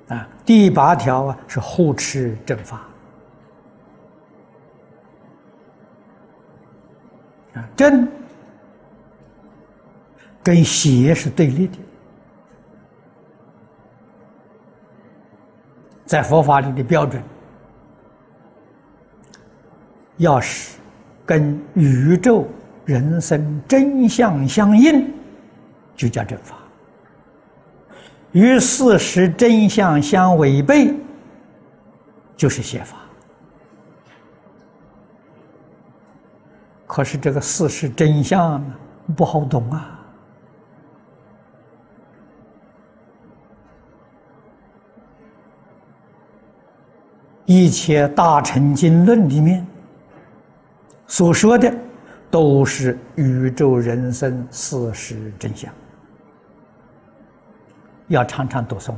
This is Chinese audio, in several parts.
第8条是护持正法。正跟邪是对立的，在佛法里的标准，要是跟宇宙人生真相相应，就叫正法；与事实真相相违背，就是邪法。可是这个事实真相不好懂啊！一切大乘经论里面所说的，都是宇宙人生事实真相，要常常读诵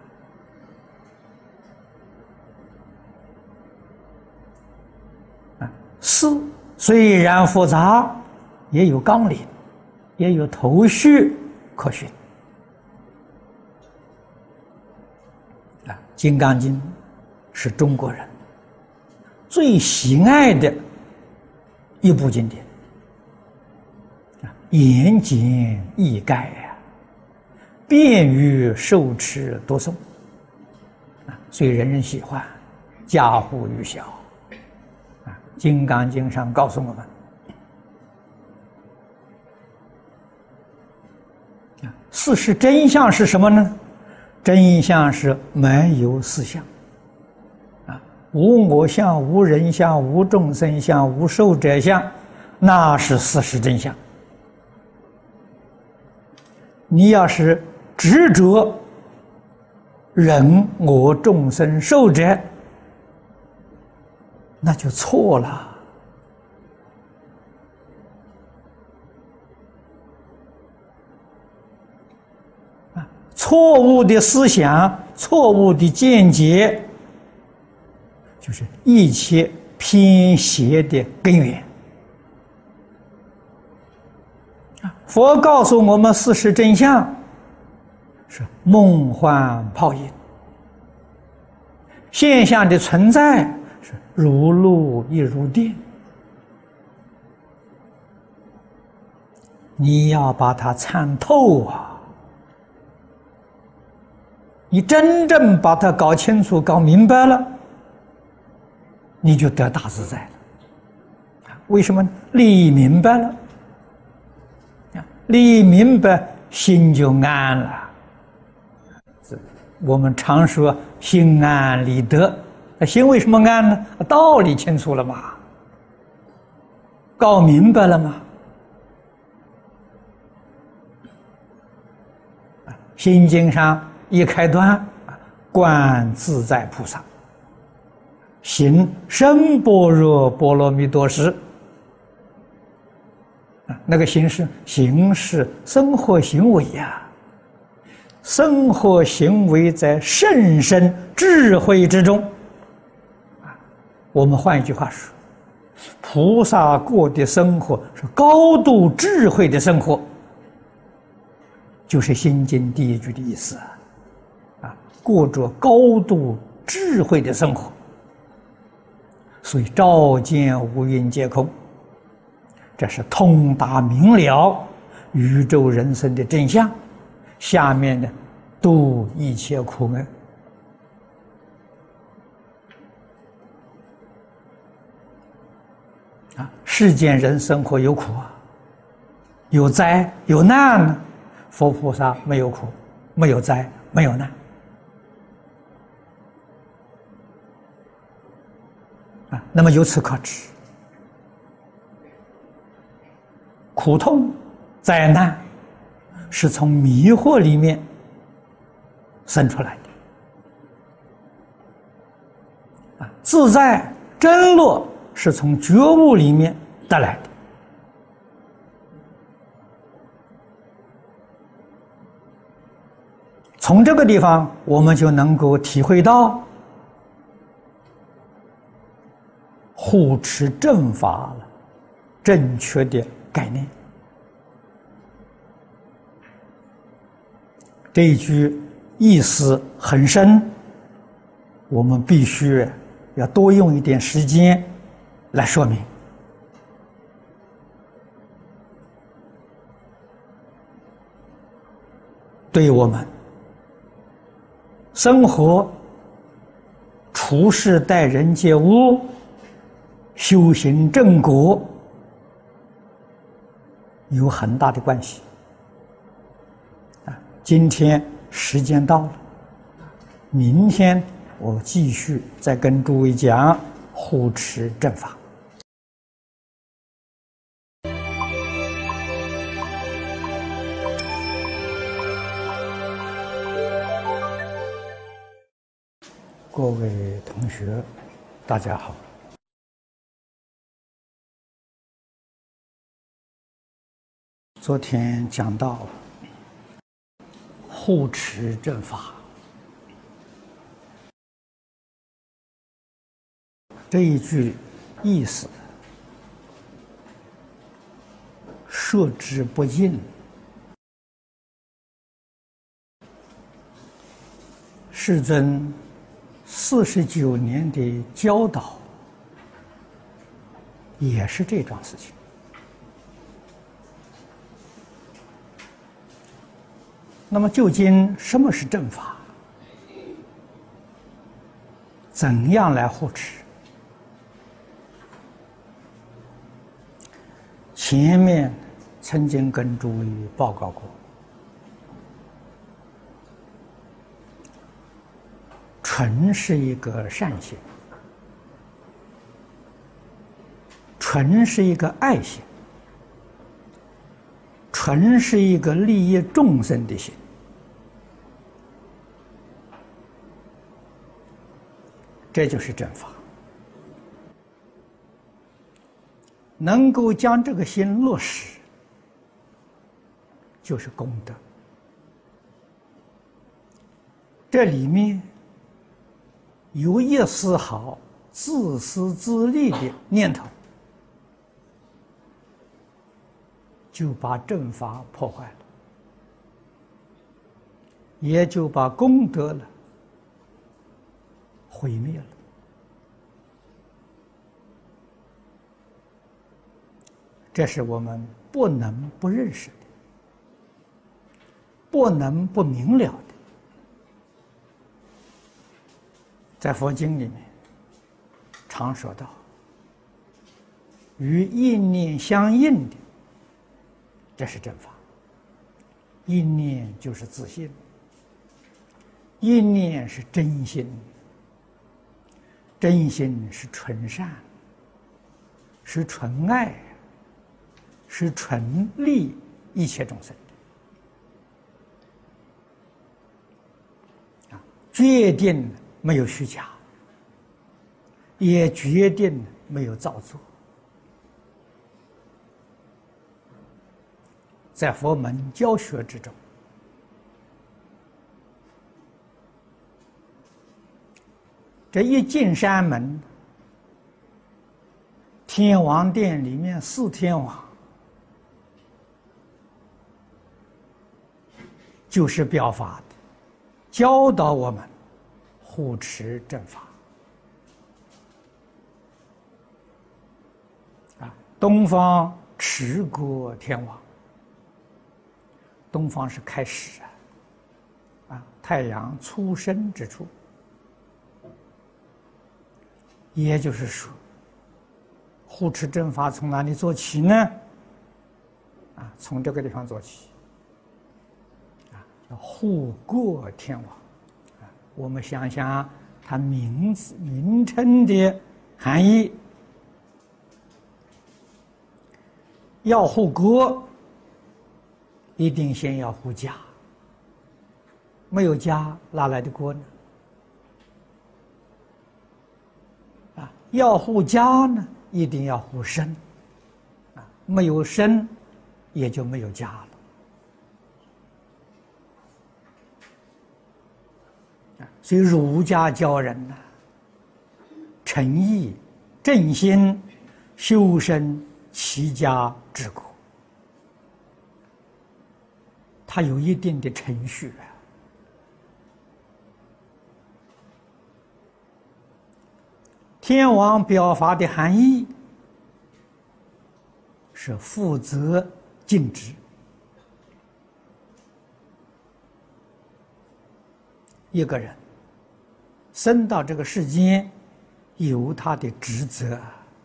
事虽然复杂，也有纲领，也有头绪可循。《金刚经》是中国人最喜爱的一部经典，言简意赅便于受持读诵，所以人人喜欢，家喻户晓。《金刚经》上告诉我们，事实真相是什么呢？真相是没有四相，无我相、无人相、无众生相、无寿者相，那是事实真相。你要是执着人我众生寿者，那就错了。错误的思想，错误的见解，就是一切偏邪的根源。佛告诉我们事实真相是梦幻泡影，现象的存在是如露亦如电，你要把它参透你真正把它搞清楚、搞明白了，你就得大自在了。为什么？理明白了，理明白，心就安了。我们常说心安理得，心为什么安呢？道理清楚了嘛，搞明白了嘛。心经上一开端，观自在菩萨，行深般若波罗蜜多时。那个行是生活行为生活行为在甚深智慧之中。我们换一句话说，菩萨过的生活是高度智慧的生活，就是《心经》第一句的意思过着高度智慧的生活，所以照见五蕴皆空，这是通达明了宇宙人生的真相。下面呢，度一切苦厄。世间人生活有苦有灾有难呢，佛菩萨没有苦，没有灾，没有难。那么由此可知，苦痛灾难是从迷惑里面生出来的，自在真乐是从觉悟里面得来的。从这个地方，我们就能够体会到护持正法了正确的概念。这一句意思很深， 我们必须要多用一点时间来说明。对我们生活、处事、待人接物、修行正果有很大的关系。今天时间到了，明天我继续再跟诸位讲护持正法。各位同学，大家好。昨天讲到护持正法，这一句意思，摄之不尽，世尊49年的教导也是这桩事情。那么究竟什么是正法？怎样来护持？前面曾经跟诸位报告过，纯是一个善行，纯是一个爱心，纯是一个利益众生的心。这就是正法。能够将这个心落实，就是功德。这里面有一丝毫自私自利的念头，就把正法破坏了，也就把功德了毁灭了。这是我们不能不认识的，不能不明了的。在佛经里面常说到，与意念相应的，这是正法。意念就是自信，意念是真心，真心是纯善，是纯爱，是纯利一切众生的。决定没有虚假，也决定没有造作。在佛门教学之中，这一进山门，天王殿里面4天王就是表法的，教导我们护持正法。东方持国天王，东方是开始太阳出生之处，也就是说，护持正法从哪里做起呢？从这个地方做起。叫护国天王。我们想想它名称的含义，要护国，一定先要护家。没有家，哪来的国呢？要护家呢，一定要护身。没有身，也就没有家了。所以儒家教人呢，诚意、正心、修身、齐家、治国，它有一定的程序天王表法的含义是负责尽职。一个人生到这个世间，有他的职责。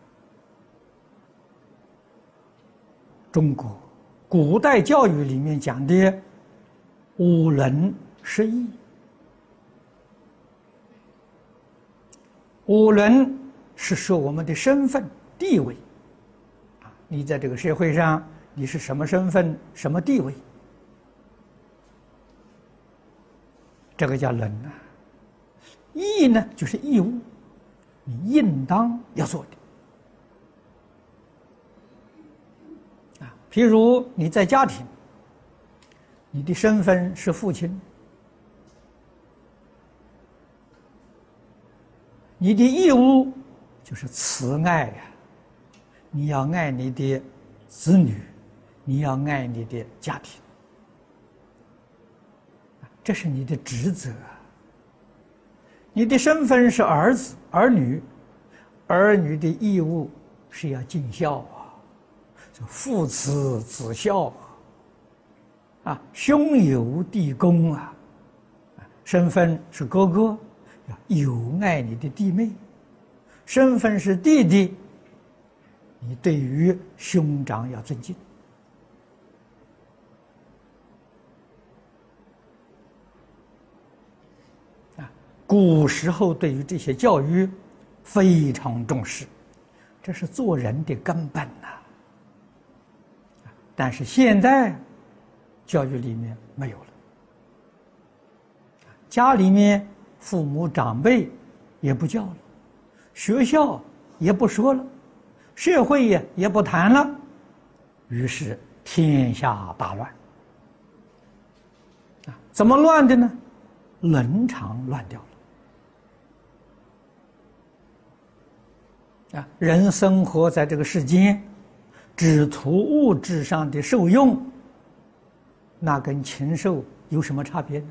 中国古代教育里面讲的5伦10义。5伦是说我们的身份地位，你在这个社会上你是什么身份什么地位，这个叫伦啊。义呢就是义务，你应当要做的。譬如你在家庭，你的身份是父亲，你的义务就是慈爱呀，你要爱你的子女，你要爱你的家庭，这是你的职责。你的身份是儿子儿女，儿女的义务是要尽孝啊，父慈子孝啊，兄友弟恭啊。身份是哥哥，要友爱你的弟妹；身份是弟弟，你对于兄长要尊敬。古时候对于这些教育非常重视，这是做人的根本呐。但是现在教育里面没有了，家里面父母长辈也不教了，学校也不说了，社会也不谈了，于是天下大乱。怎么乱的呢？伦常乱掉了。人生活在这个世间，只图物质上的受用，那跟禽兽有什么差别呢？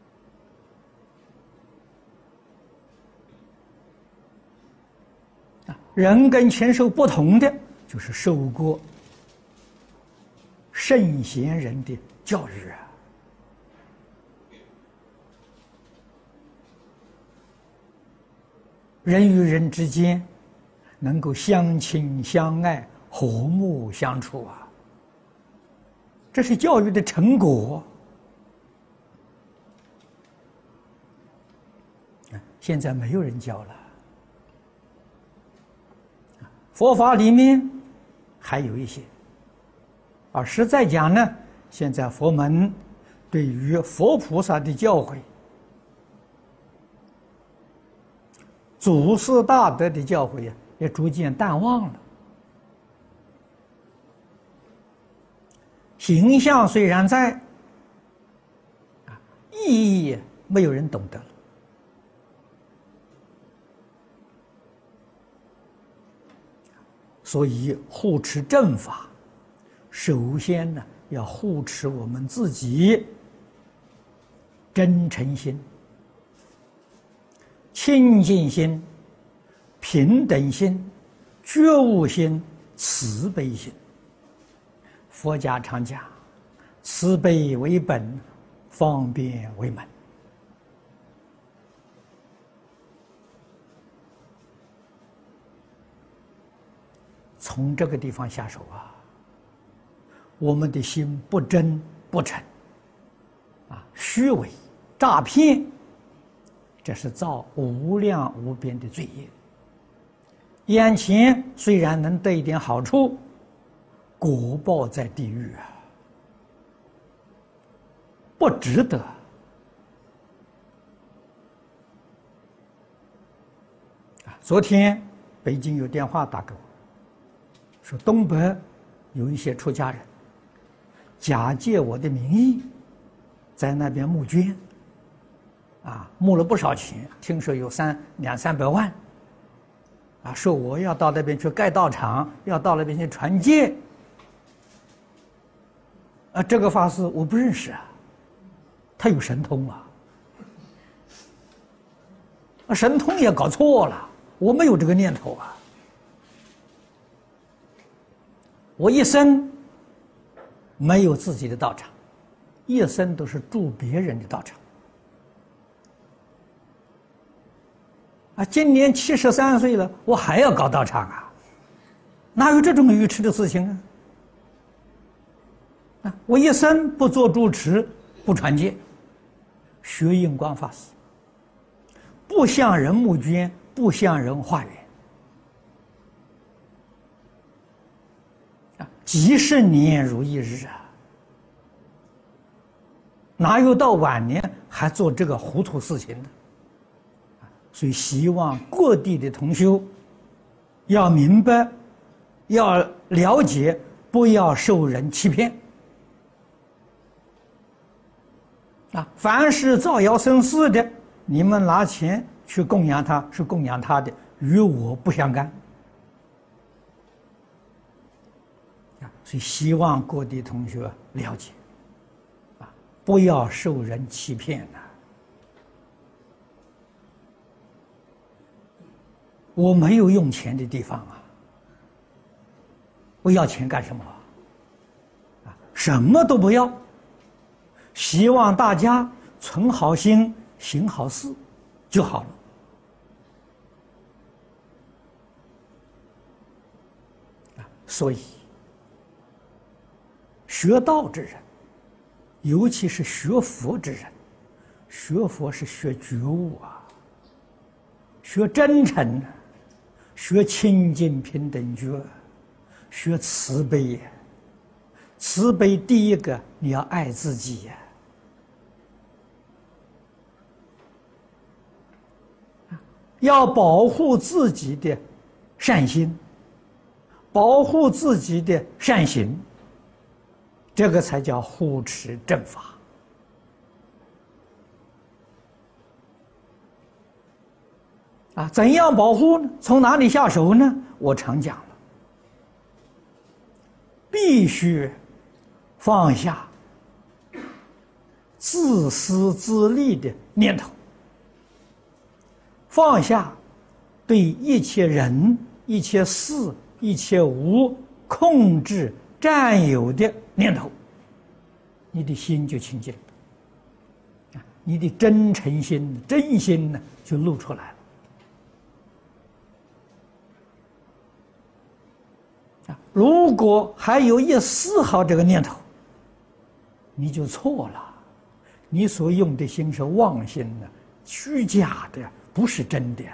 人跟禽兽不同的，就是受过圣贤人的教育啊。人与人之间能够相亲相爱、和睦相处啊，这是教育的成果。现在没有人教了。佛法里面还有一些，实在讲呢，现在佛门对于佛菩萨的教诲、祖师大德的教诲也逐渐淡忘了。形象虽然在，意义没有人懂得了。所以护持正法，首先呢要护持我们自己真诚心、清净心、平等心、觉悟心、慈悲心。佛家常讲，慈悲为本，方便为门。从这个地方下手啊，我们的心不真不诚，虚伪、诈骗，这是造无量无边的罪业。眼前虽然能得一点好处，果报在地狱啊，不值得。昨天北京有电话打给我，说东北有一些出家人假借我的名义在那边募捐，募了不少钱，听说有200-300万，说我要到那边去盖道场，要到那边去传戒。这个法师我不认识啊，他有神通啊，神通也搞错了， 我没有这个念头啊，我一生没有自己的道场，一生都是住别人的道场。啊，今年73岁了，我还要搞道场啊？哪有这种愚痴的事情啊？啊，我一生不做主持，不传戒，学印光法师，不向人募捐，不向人化缘。啊，几十年如一日啊！哪有到晚年还做这个糊涂事情呢？所以希望各地的同修要明白，要了解，不要受人欺骗。啊，凡是造谣生事的，你们拿钱去供养他，是供养他的，与我不相干。啊，所以希望各地同学了解，啊，不要受人欺骗呐。我没有用钱的地方啊，我要钱干什么？啊，什么都不要。希望大家存好心，行好事就好了。啊，所以学道之人，尤其是学佛之人，学佛是学觉悟啊，学真诚，学清净平等觉，学慈悲呀。慈悲第一个，你要爱自己呀。要保护自己的善心，保护自己的善行，这个才叫护持正法。啊，怎样保护呢？从哪里下手呢？我常讲了，必须放下自私自利的念头，放下对一切人、一切事、一切物控制、占有的念头，你的心就清净了，你的真诚心、真心呢就露出来了。如果还有一丝毫这个念头，你就错了，你所用的心是妄心的、虚假的，不是真的。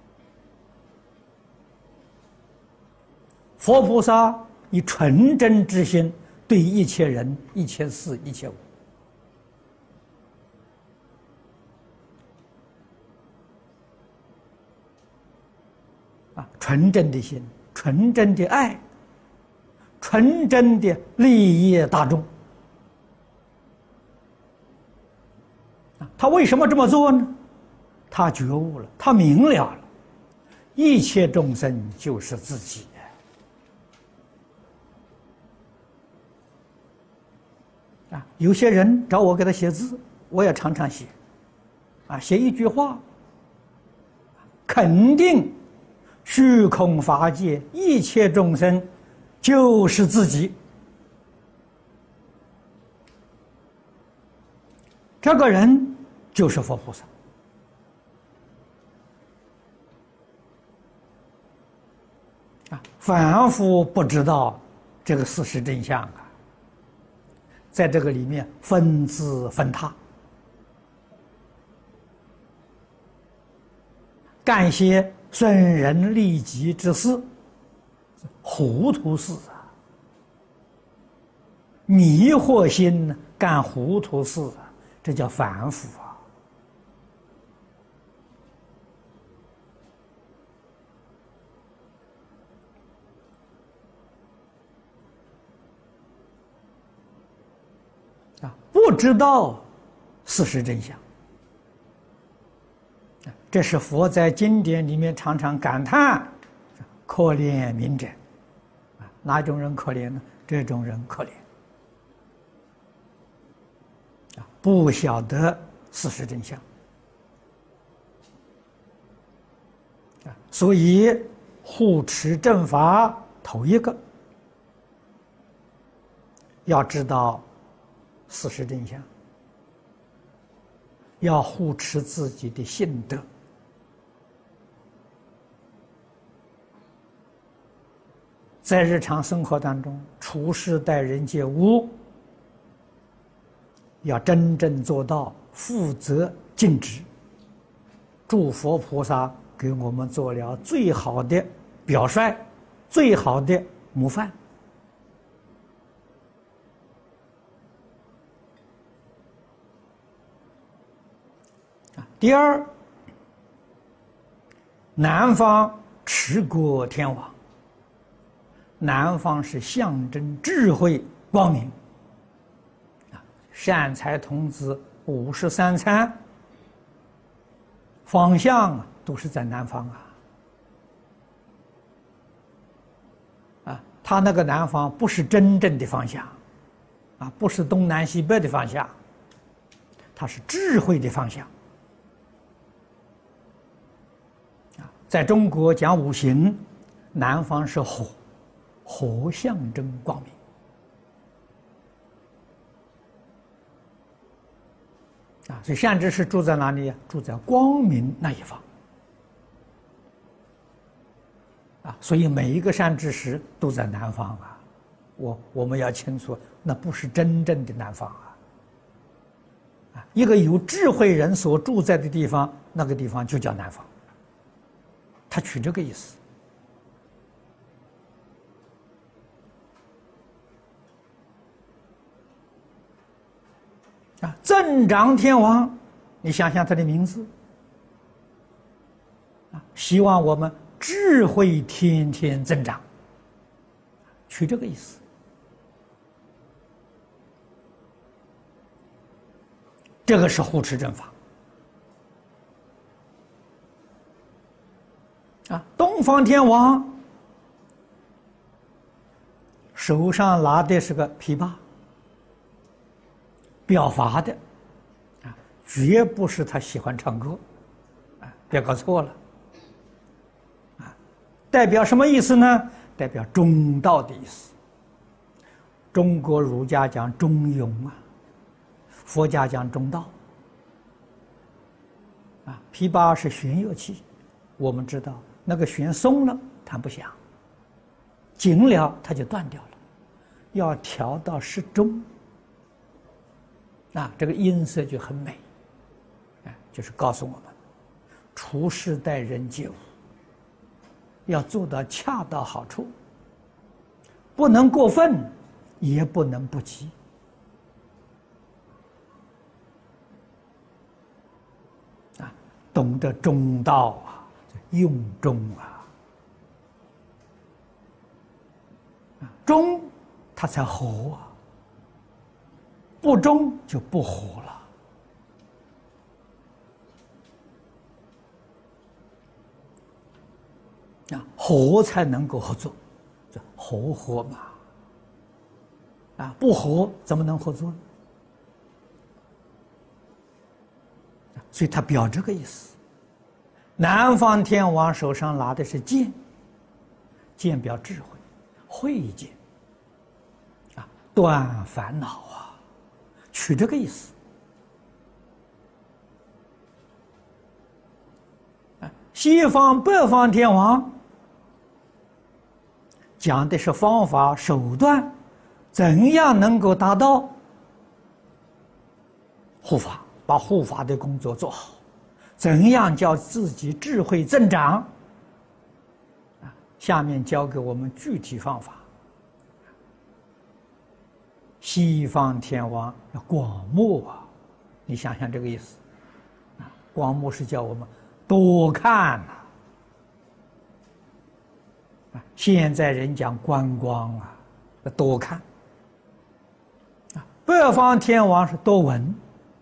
佛菩萨以纯真之心对一切人、一切事、一切物，啊，纯真的心，纯真的爱，纯真的利益大众。他为什么这么做呢？他觉悟了，他明了了，一切众生就是自己。啊，有些人找我给他写字，我也常常写，啊，写一句话，肯定虚空法界一切众生就是自己。这个人就是佛菩萨。啊，凡夫不知道这个事实真相啊，在这个里面分支分他，干些损人利己之事，糊涂事啊！迷惑心呢，干糊涂事啊，这叫凡夫啊！啊，不知道事实真相。这是佛在经典里面常常感叹：可怜悯者。啊，哪种人可怜呢？这种人可怜。啊，不晓得事实真相。 所以护持正法头一个要知道事实真相，要护持自己的信德。在日常生活当中，处事待人接物，要真正做到负责尽职。诸佛菩萨给我们做了最好的表率，最好的模范。第二，南方持国天王。南方是象征智慧光明，善财童子53参方向都是在南方他那个南方不是真正的方向，不是东南西北的方向，它是智慧的方向。在中国讲五行，南方是火。火象征光明所以善知识住在哪里？住在光明那一方所以每一个善知识都在南方我们要清楚，那不是真正的南方一个有智慧人所住在的地方，那个地方就叫南方，他取这个意思。增长天王，你想想他的名字希望我们智慧天天增长，取这个意思。这个是护持正法东方天王手上拿的是个琵琶，表法的绝不是他喜欢唱歌别搞错了代表什么意思呢？代表中道的意思。中国儒家讲中庸佛家讲中道琵琶是弦乐器，我们知道那个弦松了它不响，紧了它就断掉了，要调到适中这个音色就很美就是告诉我们处事待人接物要做到恰到好处，不能过分，也不能不及懂得中道用中中它才活不中就不活了活才能够合作，这合嘛不合怎么能合作呢？所以他表这个意思。南方天王手上拿的是剑，剑表智慧，慧剑断烦恼取这个意思西方北方天王讲的是方法手段，怎样能够达到护法，把护法的工作做好，怎样叫自己智慧增长下面教给我们具体方法。西方天王要广目你想想这个意思广目是叫我们多看现在人讲观光多看北方天王是多闻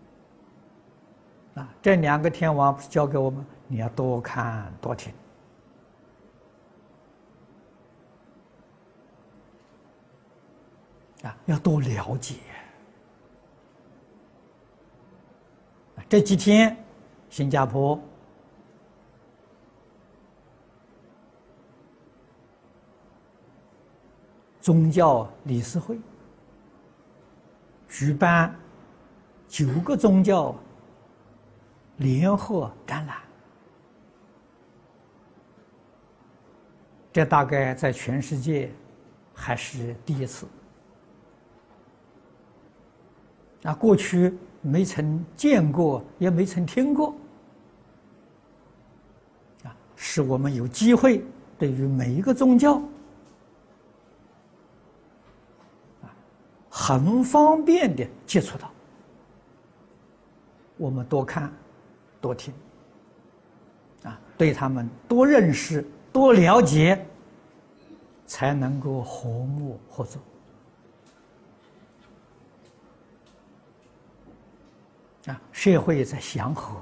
这两个天王教给我们你要多看多听要多了解。这几天新加坡宗教理事会举办9个宗教联合展览，这大概在全世界还是第一次。过去没曾见过，也没曾听过。使我们有机会对于每一个宗教很方便的接触到，我们多看多听对他们多认识多了解，才能够和睦合作社会在祥和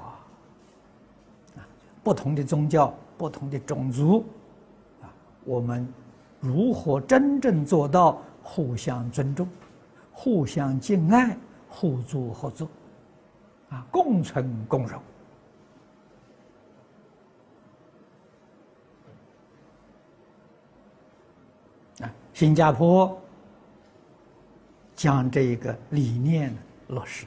不同的宗教不同的种族我们如何真正做到互相尊重互相敬爱互助合作共存共荣新加坡将这个理念落实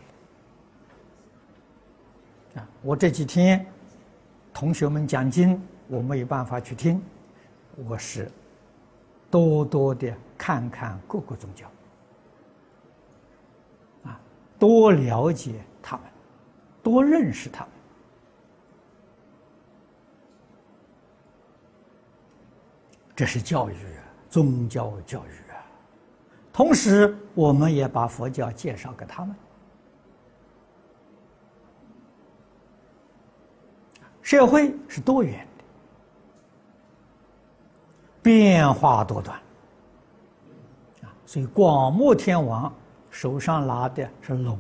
我这几天同学们讲经我没有办法去听，我是多多的看看各个宗教多了解他们多认识他们这是教育宗教教育同时我们也把佛教介绍给他们社会是多元的变化多端所以广目天王手上拿的是龙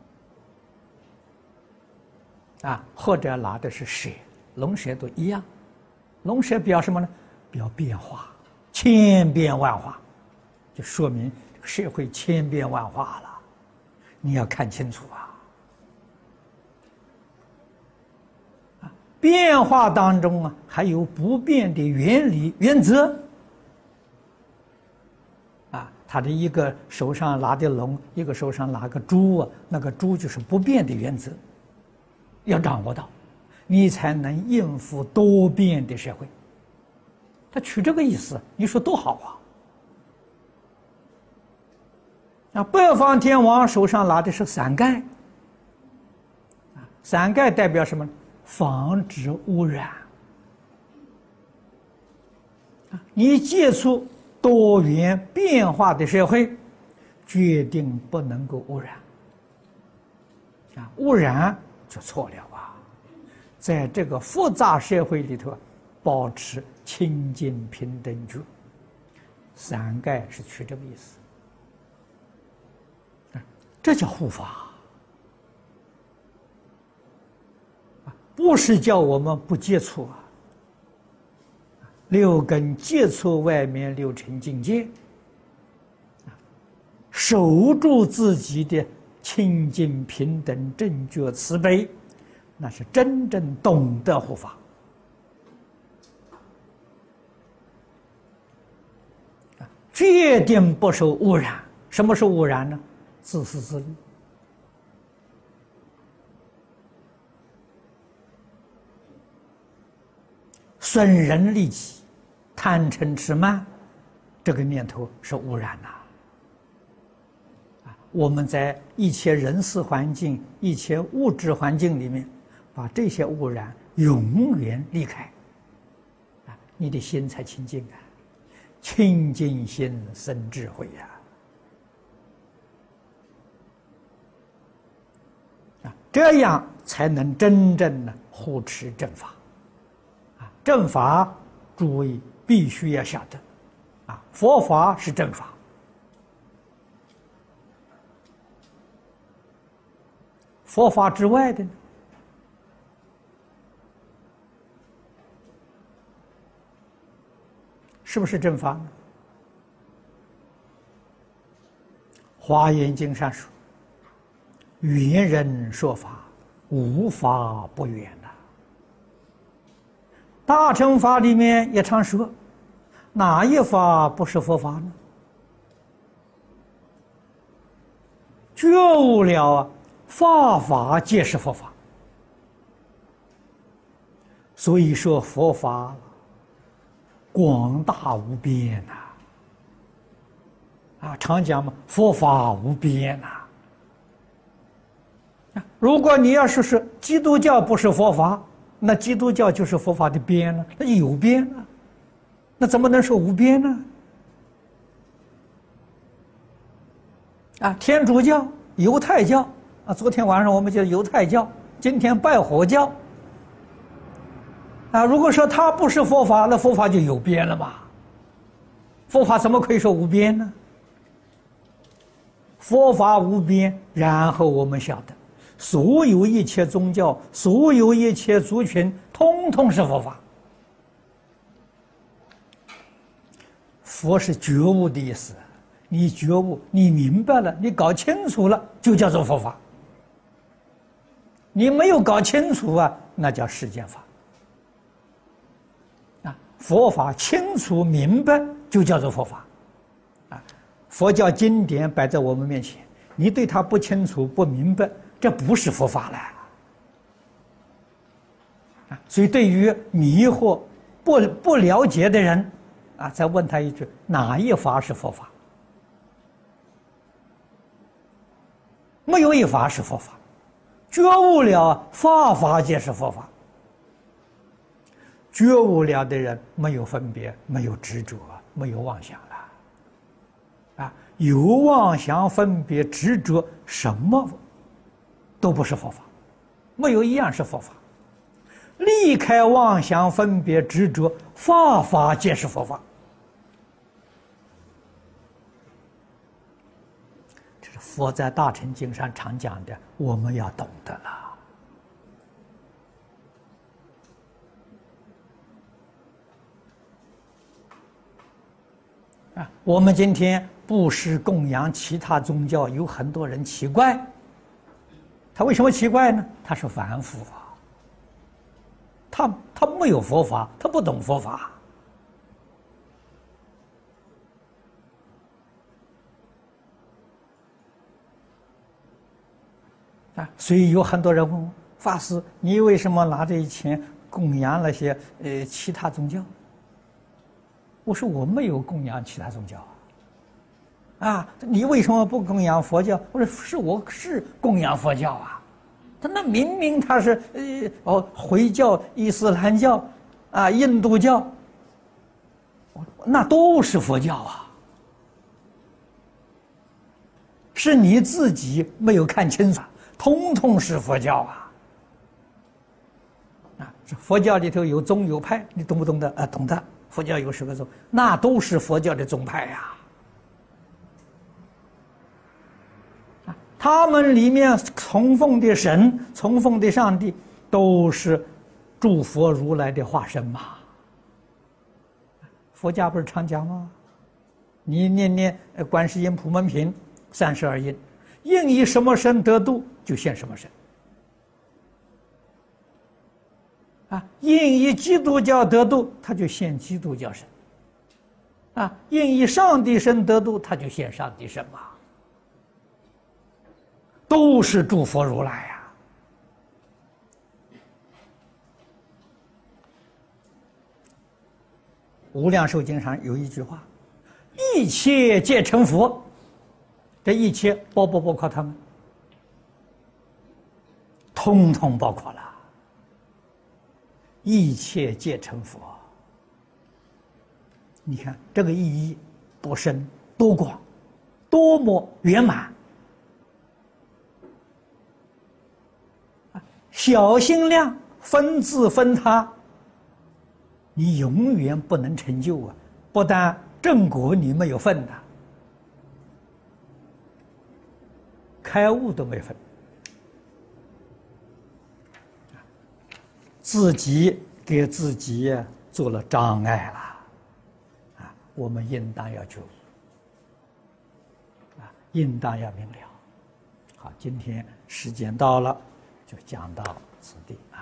或者拿的是蛇龙蛇都一样龙蛇表什么呢？表变化千变万化就说明社会千变万化了你要看清楚变化当中还有不变的原理原则他的一个手上拿的龙一个手上拿个猪那个猪就是不变的原则要掌握到你才能应付多变的社会他取这个意思你说多好北方天王手上拿的是伞盖伞盖代表什么？防止污染你接触多元变化的社会决定不能够污染污染就错了在这个复杂社会里头保持清净平等觉伞盖是取这个意思这叫护法不是叫我们不接触六根接触外面六尘境界守住自己的清净平等正觉慈悲那是真正懂得护法决定不受污染什么是污染呢？自私自利损人利己贪嗔痴慢这个念头是污染我们在一切人事环境一切物质环境里面把这些污染永远离开你的心才清净清净心生智慧这样才能真正的护持正法正法诸位必须要晓得佛法是正法佛法之外的呢是不是正法呢？华严经上说圆人说法无法不圆大乘法里面也常说哪一法不是佛法呢？ 觉悟了啊，法法皆是佛法。所以说佛法广大无边呐，常讲嘛，佛法无边呐。如果你要是基督教不是佛法，那基督教就是佛法的边了，那就有边了，那怎么能说无边呢？天主教、犹太教昨天晚上我们讲犹太教，今天拜火教如果说它不是佛法，那佛法就有边了嘛？佛法怎么可以说无边呢？佛法无边，然后我们晓得，所有一切宗教，所有一切族群，通通是佛法。佛是觉悟的意思，你觉悟，你明白了，你搞清楚了，就叫做佛法。你没有搞清楚那叫世间法。佛法清楚明白，就叫做佛法。佛教经典摆在我们面前，你对它不清楚不明白，这不是佛法了。所以对于迷惑不了解的人再问他一句，哪一法是佛法？没有一法是佛法。觉悟了，法法皆是佛法。觉悟了的人没有分别，没有执着，没有妄想了。有妄想分别执着，什么都不是佛法，没有一样是佛法。离开妄想分别执着，法法皆是佛法。这是佛在大乘经上常讲的，我们要懂得了。我们今天布施供养其他宗教，有很多人奇怪，他为什么奇怪呢？他是凡夫他没有佛法，他不懂佛法所以有很多人问我，法师，你为什么拿这些钱供养那些其他宗教？我说我没有供养其他宗教你为什么不供养佛教？我说我是供养佛教他那明明他是回教、伊斯兰教印度教，那都是佛教是你自己没有看清楚，通通是佛教佛教里头有宗有派，你懂不懂的？懂的。佛教有10个宗，那都是佛教的宗派他们里面崇奉的神、崇奉的上帝，都是诸佛如来的化身嘛。佛家不是常讲吗？你念念观世音菩门品32印，应以什么身得度，就现什么身。应以基督教得度，他就现基督教身；应以上帝身得度，他就现上帝身嘛。都是诸佛如来无量寿经上有一句话：“一切皆成佛。”这一切包不包括他们？通通包括了。一切皆成佛。你看这个意义多深多广，多么圆满！小心量分自分他，你永远不能成就不但正果你没有份开悟都没份。自己给自己做了障碍了我们应当要觉悟应当要明了。好，今天时间到了，就讲到此地。